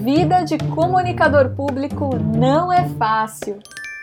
Vida de comunicador público não é fácil.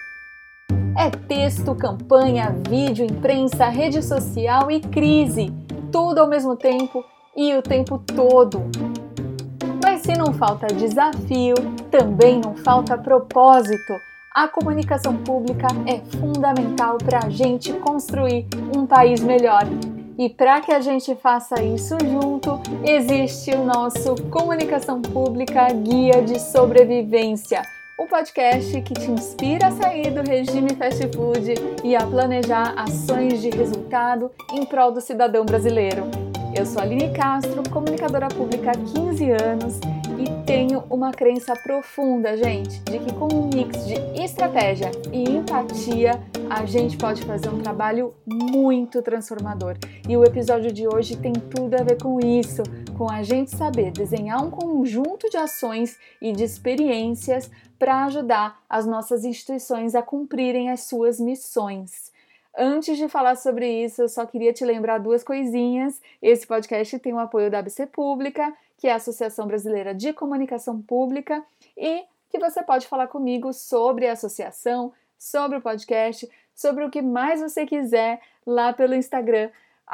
É texto, campanha, vídeo, imprensa, rede social e crise. Tudo ao mesmo tempo e o tempo todo. Mas se não falta desafio, também não falta propósito. A comunicação pública é fundamental para a gente construir um país melhor. E para que a gente faça isso junto, existe o nosso Comunicação Pública Guia de Sobrevivência, o podcast que te inspira a sair do regime fast food e a planejar ações de resultado em prol do cidadão brasileiro. Eu sou a Aline Castro, comunicadora pública há 15 anos e tenho uma crença profunda, gente, de que com um mix de estratégia e empatia, a gente pode fazer um trabalho muito transformador. E o episódio de hoje tem tudo a ver com isso, com a gente saber desenhar um conjunto de ações e de experiências para ajudar as nossas instituições a cumprirem as suas missões. Antes de falar sobre isso, eu só queria te lembrar duas coisinhas. Esse podcast tem o apoio da ABC Pública, que é a Associação Brasileira de Comunicação Pública, e que você pode falar comigo sobre a associação, sobre o podcast, sobre o que mais você quiser lá pelo Instagram,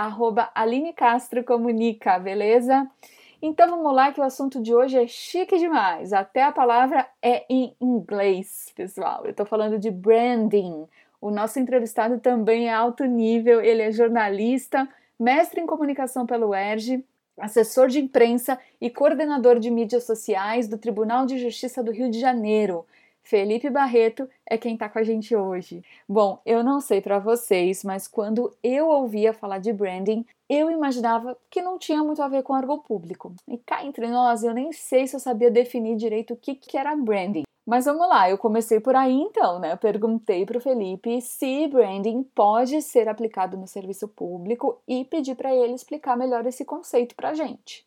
@AlineCastroComunica, beleza? Então vamos lá que o assunto de hoje é chique demais. Até a palavra é em inglês, pessoal. Eu tô falando de branding. O nosso entrevistado também é alto nível, ele é jornalista, mestre em comunicação pelo UERJ, assessor de imprensa e coordenador de mídias sociais do Tribunal de Justiça do Rio de Janeiro. Felipe Barreto é quem está com a gente hoje. Bom, eu não sei para vocês, mas quando eu ouvia falar de branding, eu imaginava que não tinha muito a ver com órgão público. E cá entre nós, eu nem sei se eu sabia definir direito o que era branding. Mas vamos lá, eu comecei por aí então, né? Eu perguntei para o Felipe se branding pode ser aplicado no serviço público e pedi para ele explicar melhor esse conceito para a gente.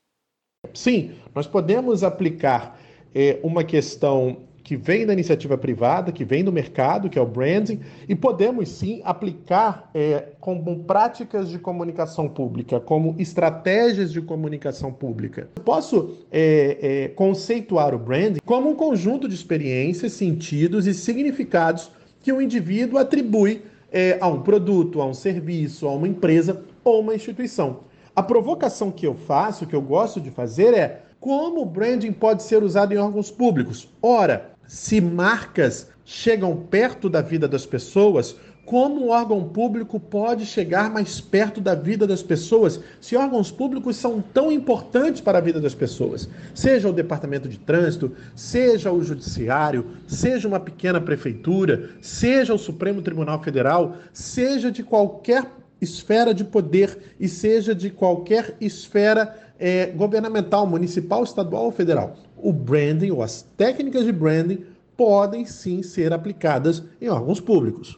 Sim, nós podemos aplicar uma questão que vem da iniciativa privada, que vem do mercado, que é o branding, e podemos sim aplicar como práticas de comunicação pública, como estratégias de comunicação pública. Posso conceituar o branding como um conjunto de experiências, sentidos e significados que o indivíduo atribui a um produto, a um serviço, a uma empresa ou uma instituição. A provocação que eu faço, que eu gosto de fazer é: como o branding pode ser usado em órgãos públicos? Ora, se marcas chegam perto da vida das pessoas, como o órgão público pode chegar mais perto da vida das pessoas se órgãos públicos são tão importantes para a vida das pessoas? Seja o Departamento de Trânsito, seja o Judiciário, seja uma pequena prefeitura, seja o Supremo Tribunal Federal, seja de qualquer esfera de poder e seja de qualquer esfera governamental, municipal, estadual ou federal. O branding ou as técnicas de branding podem sim ser aplicadas em órgãos públicos.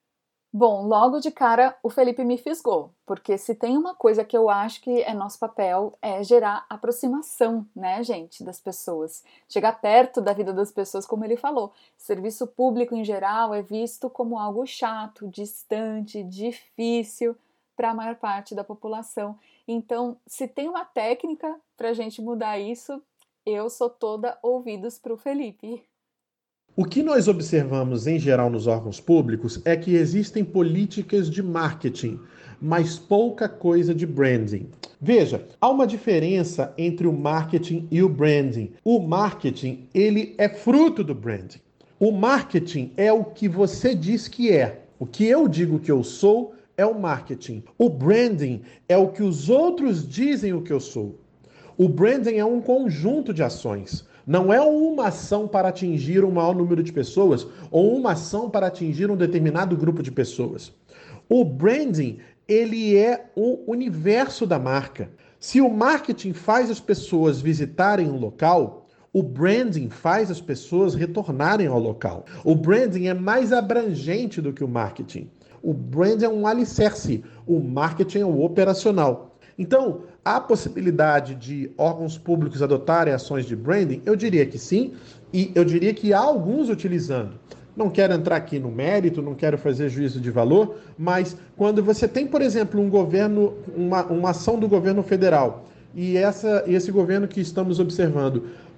Bom, logo de cara o Felipe me fisgou, porque se tem uma coisa que eu acho que é nosso papel é gerar aproximação, né, gente, das pessoas. Chegar perto da vida das pessoas, como ele falou. Serviço público em geral é visto como algo chato, distante, difícil para a maior parte da população. Então, se tem uma técnica para a gente mudar isso, eu sou toda ouvidos para o Felipe. O que nós observamos em geral nos órgãos públicos é que existem políticas de marketing, mas pouca coisa de branding. Veja, há uma diferença entre o marketing e o branding. O marketing, ele é fruto do branding. O marketing é o que você diz que é. O que eu digo que eu sou é o marketing. O branding é o que os outros dizem o que eu sou. O branding é um conjunto de ações. Não é uma ação para atingir um maior número de pessoas ou uma ação para atingir um determinado grupo de pessoas. O branding, ele é o universo da marca. Se o marketing faz as pessoas visitarem um local, o branding faz as pessoas retornarem ao local. O branding é mais abrangente do que o marketing. O branding é um alicerce, o marketing é o operacional. Então, há possibilidade de órgãos públicos adotarem ações de branding? Eu diria que sim, e eu diria que há alguns utilizando. Não quero entrar aqui no mérito, não quero fazer juízo de valor, mas quando você tem, por exemplo, um governo, uma ação do governo federal, e esse governo que estamos observando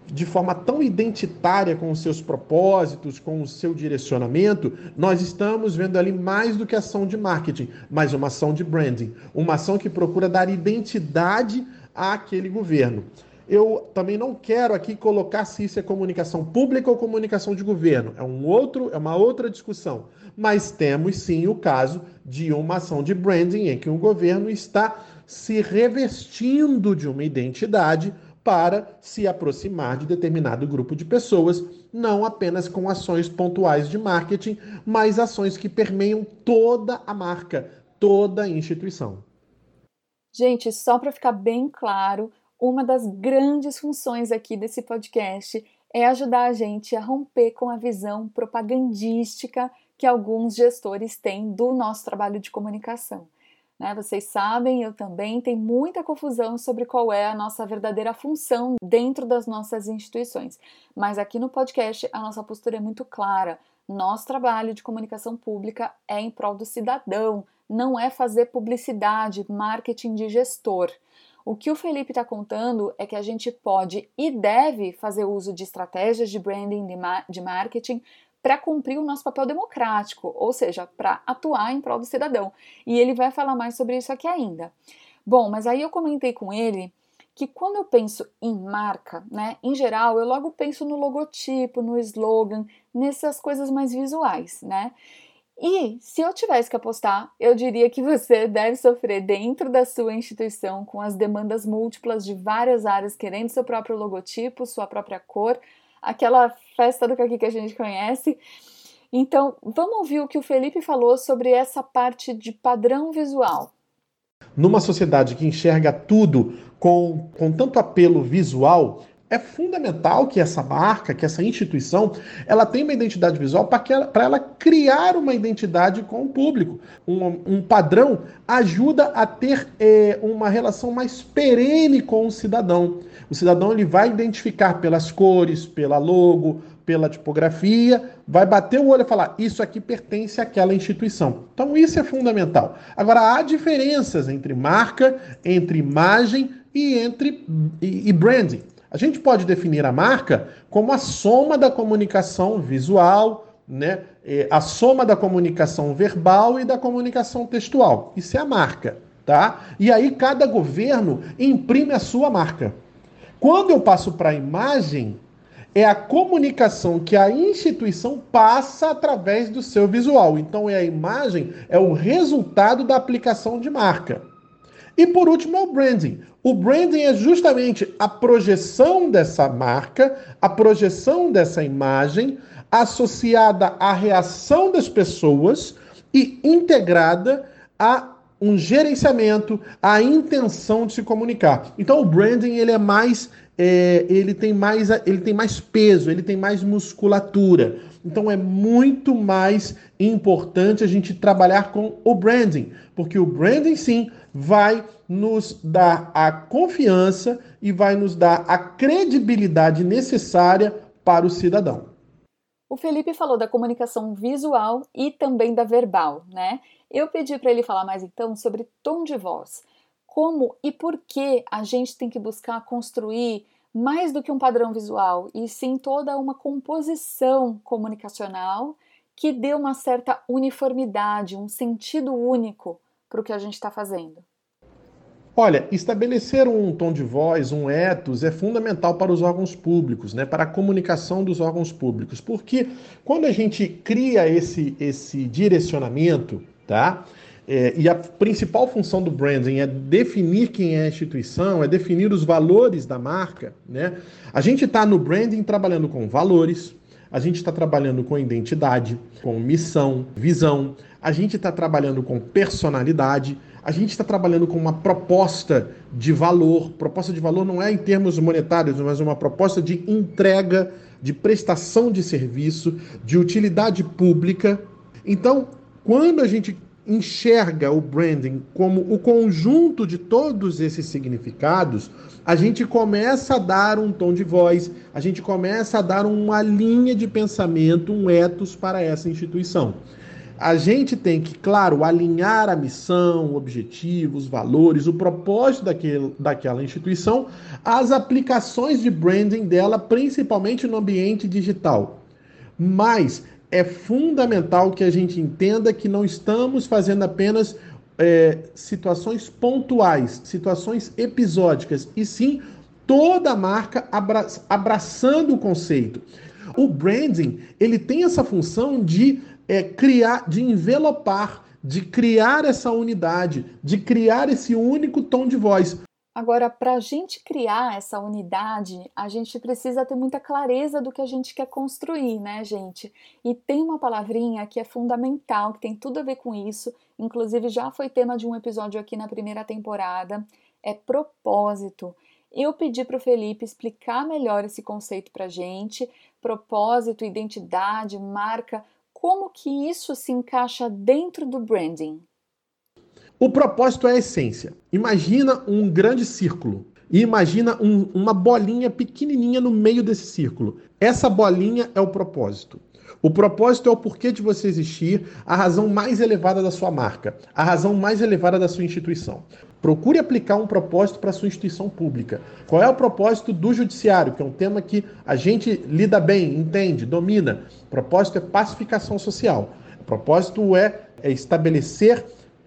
de forma tão identitária com os seus propósitos, com o seu direcionamento, nós estamos vendo ali mais do que ação de marketing, mas uma ação de branding, uma ação que procura dar identidade àquele governo. Eu também não quero aqui colocar se isso é comunicação pública ou comunicação de governo. É uma outra discussão. Mas temos sim o caso de uma ação de branding em que um governo está se revestindo de uma identidade para se aproximar de determinado grupo de pessoas, não apenas com ações pontuais de marketing, mas ações que permeiam toda a marca, toda a instituição. Gente, só para ficar bem claro, uma das grandes funções aqui desse podcast é ajudar a gente a romper com a visão propagandística que alguns gestores têm do nosso trabalho de comunicação. Vocês sabem, eu também tenho muita confusão sobre qual é a nossa verdadeira função dentro das nossas instituições. Mas aqui no podcast a nossa postura é muito clara. Nosso trabalho de comunicação pública é em prol do cidadão, não é fazer publicidade, marketing de gestor. O que o Felipe está contando é que a gente pode e deve fazer uso de estratégias de branding, de marketing, para cumprir o nosso papel democrático, ou seja, para atuar em prol do cidadão. E ele vai falar mais sobre isso aqui ainda. Bom, mas aí eu comentei com ele que quando eu penso em marca, em geral, eu logo penso no logotipo, no slogan, nessas coisas mais visuais, E se eu tivesse que apostar, eu diria que você deve sofrer dentro da sua instituição com as demandas múltiplas de várias áreas querendo seu próprio logotipo, sua própria cor, aquela festa do caqui que a gente conhece. Então, vamos ouvir o que o Felipe falou sobre essa parte de padrão visual. Numa sociedade que enxerga tudo com tanto apelo visual, é fundamental que essa marca, que essa instituição, ela tenha uma identidade visual para ela criar uma identidade com o público. Um padrão ajuda a ter uma relação mais perene com o cidadão. O cidadão ele vai identificar pelas cores, pela logo, pela tipografia, vai bater o olho e falar, isso aqui pertence àquela instituição. Então isso é fundamental. Agora, há diferenças entre marca, entre imagem e branding. A gente pode definir a marca como a soma da comunicação visual, a soma da comunicação verbal e da comunicação textual. Isso é a marca, tá? E aí cada governo imprime a sua marca. Quando eu passo para a imagem, é a comunicação que a instituição passa através do seu visual. Então a imagem é o resultado da aplicação de marca. E por último é o branding. O branding é justamente a projeção dessa marca, a projeção dessa imagem, associada à reação das pessoas e integrada a um gerenciamento, à intenção de se comunicar. Então o branding ele tem mais peso, ele tem mais musculatura. Então é muito mais importante a gente trabalhar com o branding, porque o branding sim vai nos dar a confiança e vai nos dar a credibilidade necessária para o cidadão. O Felipe falou da comunicação visual e também da verbal, Eu pedi para ele falar mais então sobre tom de voz. Como e por que a gente tem que buscar construir mais do que um padrão visual, e sim toda uma composição comunicacional que dê uma certa uniformidade, um sentido único para o que a gente está fazendo. Olha, estabelecer um tom de voz, um ethos, é fundamental para os órgãos públicos, para a comunicação dos órgãos públicos, porque quando a gente cria esse direcionamento, tá? E a principal função do branding é definir quem é a instituição, é definir os valores da marca, A gente está no branding trabalhando com valores, a gente está trabalhando com identidade, com missão, visão, a gente está trabalhando com personalidade, a gente está trabalhando com uma proposta de valor. Proposta de valor não é em termos monetários, mas uma proposta de entrega, de prestação de serviço, de utilidade pública. Então, quando a gente enxerga o branding como o conjunto de todos esses significados, a gente começa a dar um tom de voz, a gente começa a dar uma linha de pensamento, um ethos para essa instituição. A gente tem que, claro, alinhar a missão, o objetivo, os valores, o propósito daquela instituição às aplicações de branding dela, principalmente no ambiente digital. Mas é fundamental que a gente entenda que não estamos fazendo apenas situações pontuais, situações episódicas, e sim toda a marca abraçando o conceito. O branding, ele tem essa função de criar, de envelopar, de criar essa unidade, de criar esse único tom de voz. Agora, para a gente criar essa unidade, a gente precisa ter muita clareza do que a gente quer construir, né, gente? E tem uma palavrinha que é fundamental, que tem tudo a ver com isso, inclusive já foi tema de um episódio aqui na primeira temporada, é propósito. Eu pedi para o Felipe explicar melhor esse conceito para a gente, propósito, identidade, marca, como que isso se encaixa dentro do branding? O propósito é a essência. Imagina um grande círculo e imagina uma bolinha pequenininha no meio desse círculo. Essa bolinha é o propósito. O propósito é o porquê de você existir, a razão mais elevada da sua marca, a razão mais elevada da sua instituição. Procure aplicar um propósito para a sua instituição pública. Qual é o propósito do judiciário, que é um tema que a gente lida bem, entende, domina? O propósito é pacificação social. O propósito é estabelecer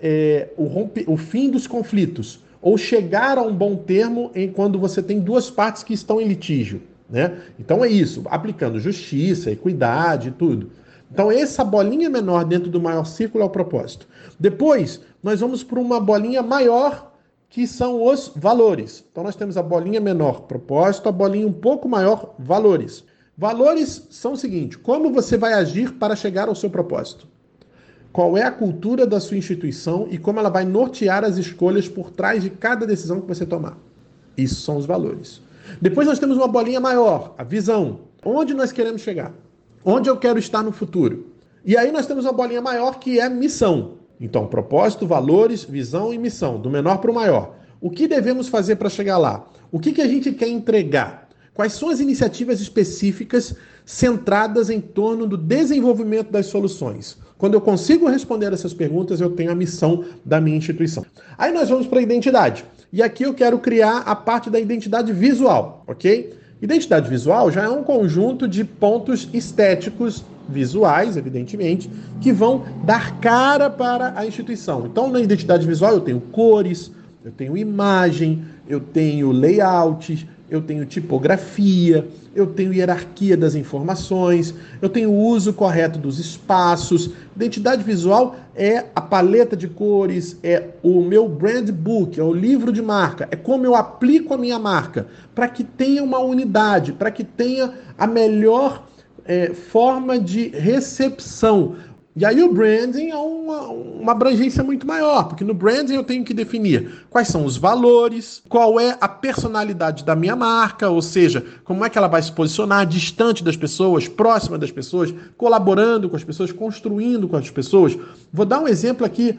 o fim dos conflitos, ou chegar a um bom termo quando você tem duas partes que estão em litígio. Né? Então é isso, aplicando justiça, equidade e tudo. Então essa bolinha menor dentro do maior círculo é o propósito. Depois, nós vamos para uma bolinha maior, que são os valores. Então nós temos a bolinha menor, propósito, a bolinha um pouco maior, valores. Valores são o seguinte: como você vai agir para chegar ao seu propósito? Qual é a cultura da sua instituição e como ela vai nortear as escolhas por trás de cada decisão que você tomar? Isso são os valores. Depois nós temos uma bolinha maior, a visão. Onde nós queremos chegar? Onde eu quero estar no futuro? E aí nós temos uma bolinha maior que é missão. Então, propósito, valores, visão e missão, do menor para o maior. O que devemos fazer para chegar lá? O que a gente quer entregar? Quais são as iniciativas específicas centradas em torno do desenvolvimento das soluções? Quando eu consigo responder essas perguntas, eu tenho a missão da minha instituição. Aí nós vamos para a identidade. E aqui eu quero criar a parte da identidade visual, ok? Identidade visual já é um conjunto de pontos estéticos, visuais, evidentemente, que vão dar cara para a instituição. Então, na identidade visual eu tenho cores, eu tenho imagem, eu tenho layout, eu tenho tipografia, eu tenho hierarquia das informações, eu tenho o uso correto dos espaços. Identidade visual é a paleta de cores, é o meu brand book, é o livro de marca, é como eu aplico a minha marca para que tenha uma unidade, para que tenha a melhor forma de recepção. E aí o branding é uma abrangência muito maior, porque no branding eu tenho que definir quais são os valores, qual é a personalidade da minha marca, ou seja, como é que ela vai se posicionar distante das pessoas, próxima das pessoas, colaborando com as pessoas, construindo com as pessoas. Vou dar um exemplo aqui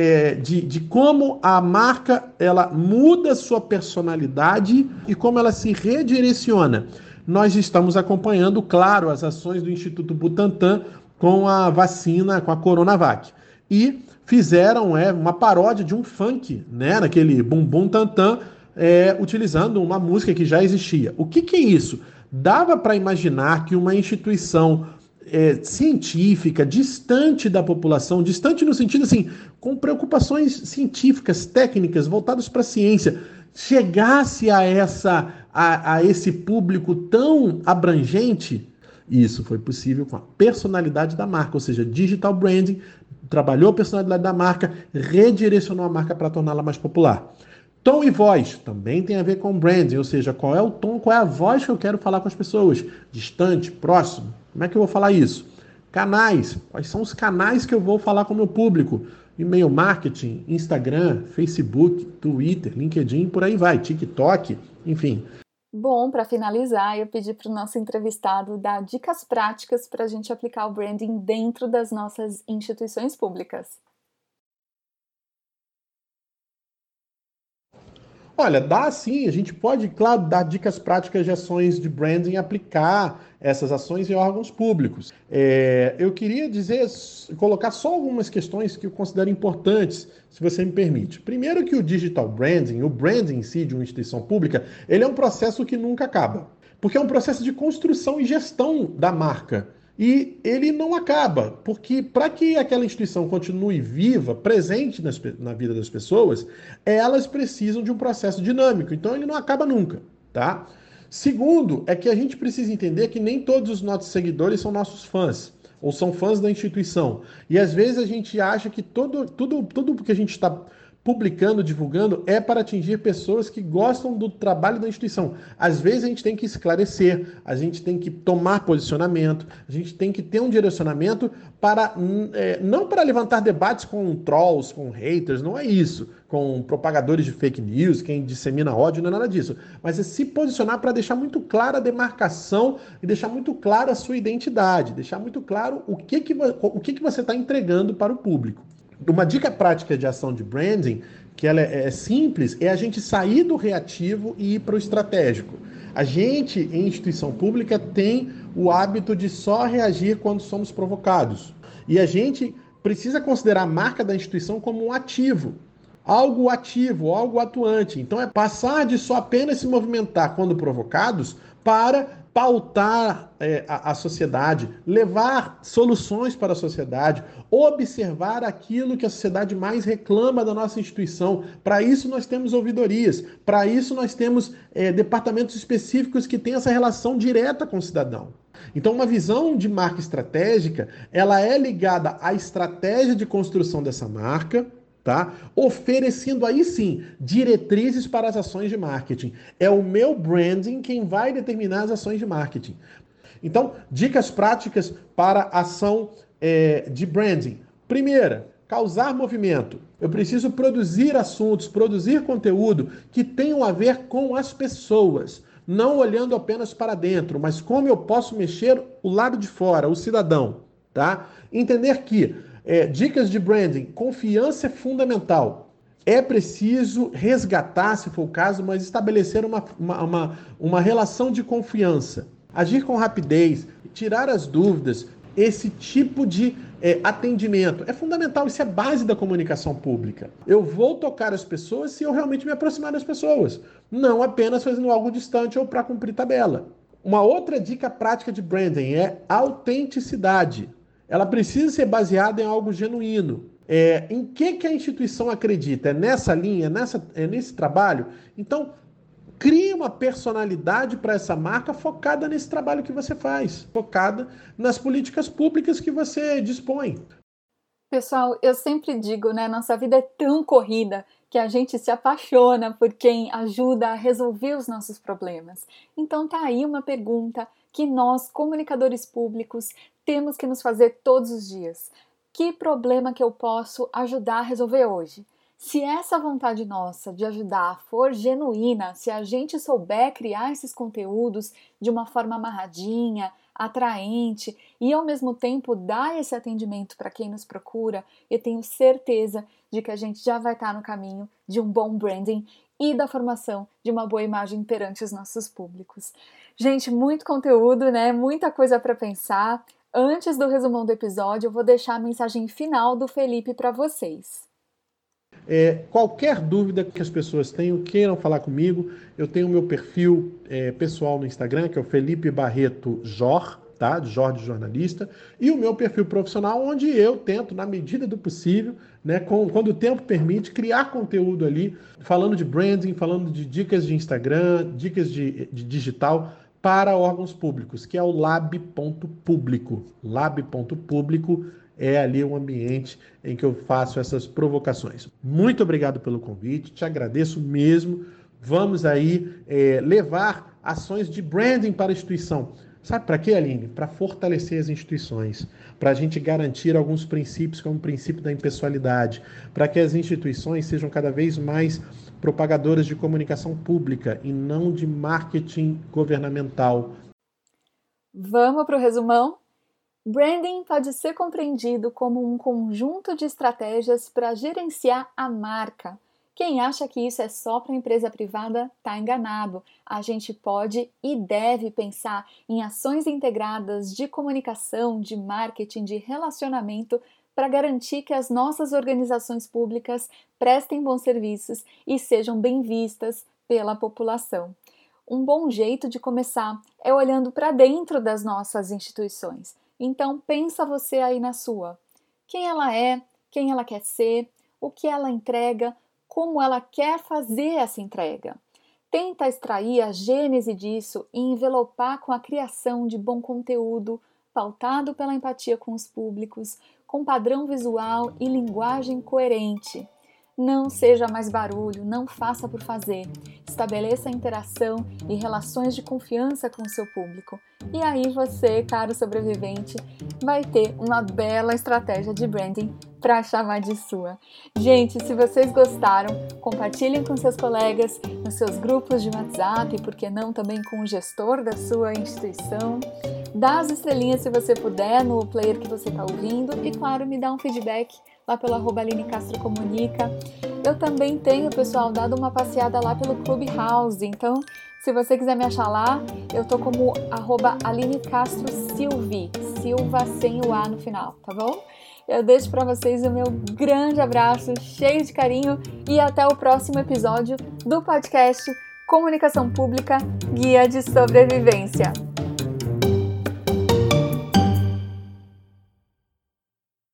de como a marca ela muda sua personalidade e como ela se redireciona. Nós estamos acompanhando, claro, as ações do Instituto Butantan com a vacina, com a Coronavac. E fizeram uma paródia de um funk, né, naquele Bum Bum Tantan, utilizando uma música que já existia. O que é isso? Dava para imaginar que uma instituição científica, distante da população, distante no sentido assim, com preocupações científicas, técnicas, voltadas para a ciência, chegasse a esse público tão abrangente. Isso foi possível com a personalidade da marca, ou seja, digital branding, trabalhou a personalidade da marca, redirecionou a marca para torná-la mais popular. Tom e voz também tem a ver com branding, ou seja, qual é o tom, qual é a voz que eu quero falar com as pessoas, distante, próximo, como é que eu vou falar isso? Canais, quais são os canais que eu vou falar com o meu público? E-mail marketing, Instagram, Facebook, Twitter, LinkedIn, por aí vai, TikTok, enfim. Bom, para finalizar, eu pedi para o nosso entrevistado dar dicas práticas para a gente aplicar o branding dentro das nossas instituições públicas. Olha, dá sim, a gente pode, claro, dar dicas práticas de ações de branding e aplicar essas ações em órgãos públicos. Eu queria dizer, colocar só algumas questões que eu considero importantes, se você me permite. Primeiro que o digital branding, o branding em si de uma instituição pública, ele é um processo que nunca acaba, porque é um processo de construção e gestão da marca. E ele não acaba, porque para que aquela instituição continue viva, presente na vida das pessoas, elas precisam de um processo dinâmico. Então ele não acaba nunca, tá? Segundo, é que a gente precisa entender que nem todos os nossos seguidores são nossos fãs, ou são fãs da instituição. E às vezes a gente acha que tudo que a gente está publicando, divulgando, é para atingir pessoas que gostam do trabalho da instituição. Às vezes a gente tem que esclarecer, a gente tem que tomar posicionamento, a gente tem que ter um direcionamento para, não para levantar debates com trolls, com haters, não é isso, com propagadores de fake news, quem dissemina ódio, não é nada disso, mas é se posicionar para deixar muito clara a demarcação e deixar muito clara a sua identidade, deixar muito claro o que você está entregando para o público. Uma dica prática de ação de branding, que ela é simples, é a gente sair do reativo e ir para o estratégico. A gente, em instituição pública, tem o hábito de só reagir quando somos provocados. E a gente precisa considerar a marca da instituição como um ativo. Algo ativo, algo atuante. Então é passar de só apenas se movimentar quando provocados para pautar a sociedade, levar soluções para a sociedade, observar aquilo que a sociedade mais reclama da nossa instituição. Para isso nós temos ouvidorias, para isso nós temos departamentos específicos que têm essa relação direta com o cidadão. Então, uma visão de marca estratégica, ela é ligada à estratégia de construção dessa marca, tá? Oferecendo aí sim diretrizes para as ações de marketing. É o meu branding quem vai determinar as ações de marketing. Então, dicas práticas para ação de branding. Primeira, causar movimento. Eu preciso produzir assuntos, produzir conteúdo que tenham a ver com as pessoas. Não olhando apenas para dentro, mas como eu posso mexer o lado de fora, o cidadão. Tá? Entender que dicas de branding, confiança é fundamental. É preciso resgatar, se for o caso, mas estabelecer uma relação de confiança. Agir com rapidez, tirar as dúvidas, esse tipo de atendimento. É fundamental, isso é base da comunicação pública. Eu vou tocar as pessoas se eu realmente me aproximar das pessoas, não apenas fazendo algo distante ou para cumprir tabela. Uma outra dica prática de branding é autenticidade. Ela precisa ser baseada em algo genuíno. Em que a instituição acredita? É nessa linha, nesse trabalho? Então, crie uma personalidade para essa marca focada nesse trabalho que você faz, focada nas políticas públicas que você dispõe. Pessoal, eu sempre digo, né? Nossa vida é tão corrida que a gente se apaixona por quem ajuda a resolver os nossos problemas. Então tá aí uma pergunta que nós, comunicadores públicos, temos que nos fazer todos os dias. Que problema que eu posso ajudar a resolver hoje? Se essa vontade nossa de ajudar for genuína, se a gente souber criar esses conteúdos de uma forma amarradinha, atraente e ao mesmo tempo dar esse atendimento para quem nos procura, eu tenho certeza de que a gente já vai estar no caminho de um bom branding e da formação de uma boa imagem perante os nossos públicos. Gente, muito conteúdo, né? Muita coisa para pensar. Antes do resumão do episódio, eu vou deixar a mensagem final do Felipe para vocês. Qualquer dúvida que as pessoas tenham, queiram falar comigo, eu tenho o meu perfil pessoal no Instagram, que é o Felipe Barreto Jor, tá? Jorge Jornalista, e o meu perfil profissional, onde eu tento, na medida do possível, né, quando o tempo permite, criar conteúdo ali, falando de branding, falando de dicas de Instagram, dicas de digital para órgãos públicos, que é o lab.público. Lab.público é ali um ambiente em que eu faço essas provocações. Muito obrigado pelo convite, te agradeço mesmo. Vamos aí levar ações de branding para a instituição. Sabe para quê, Aline? Para fortalecer as instituições, para a gente garantir alguns princípios, como o princípio da impessoalidade, para que as instituições sejam cada vez mais propagadoras de comunicação pública e não de marketing governamental. Vamos para o resumão? Branding pode ser compreendido como um conjunto de estratégias para gerenciar a marca Quem acha que isso é só para a empresa privada está enganado. A gente pode e deve pensar em ações integradas de comunicação, de marketing, de relacionamento para garantir que as nossas organizações públicas prestem bons serviços e sejam bem vistas pela população. Um bom jeito de começar é olhando para dentro das nossas instituições. Então pensa você aí na sua. Quem ela é, quem ela quer ser, o que ela entrega, como ela quer fazer essa entrega. Tenta extrair a gênese disso e envelopar com a criação de bom conteúdo, pautado pela empatia com os públicos, com padrão visual e linguagem coerente. Não seja mais barulho, não faça por fazer. Estabeleça interação e relações de confiança com o seu público. E aí você, caro sobrevivente, vai ter uma bela estratégia de branding para chamar de sua. Gente, se vocês gostaram, compartilhem com seus colegas, nos seus grupos de WhatsApp, por que não também com o gestor da sua instituição. Dá as estrelinhas se você puder no player que você está ouvindo e, claro, me dá um feedback lá pelo @AlineCastroComunica. Eu também tenho, pessoal, dado uma passeada lá pelo Clubhouse, então se você quiser me achar lá, eu tô como @AlineCastroSilvi, Silva sem o A no final, tá bom? Eu deixo para vocês o meu grande abraço, cheio de carinho e até o próximo episódio do podcast Comunicação Pública Guia de Sobrevivência.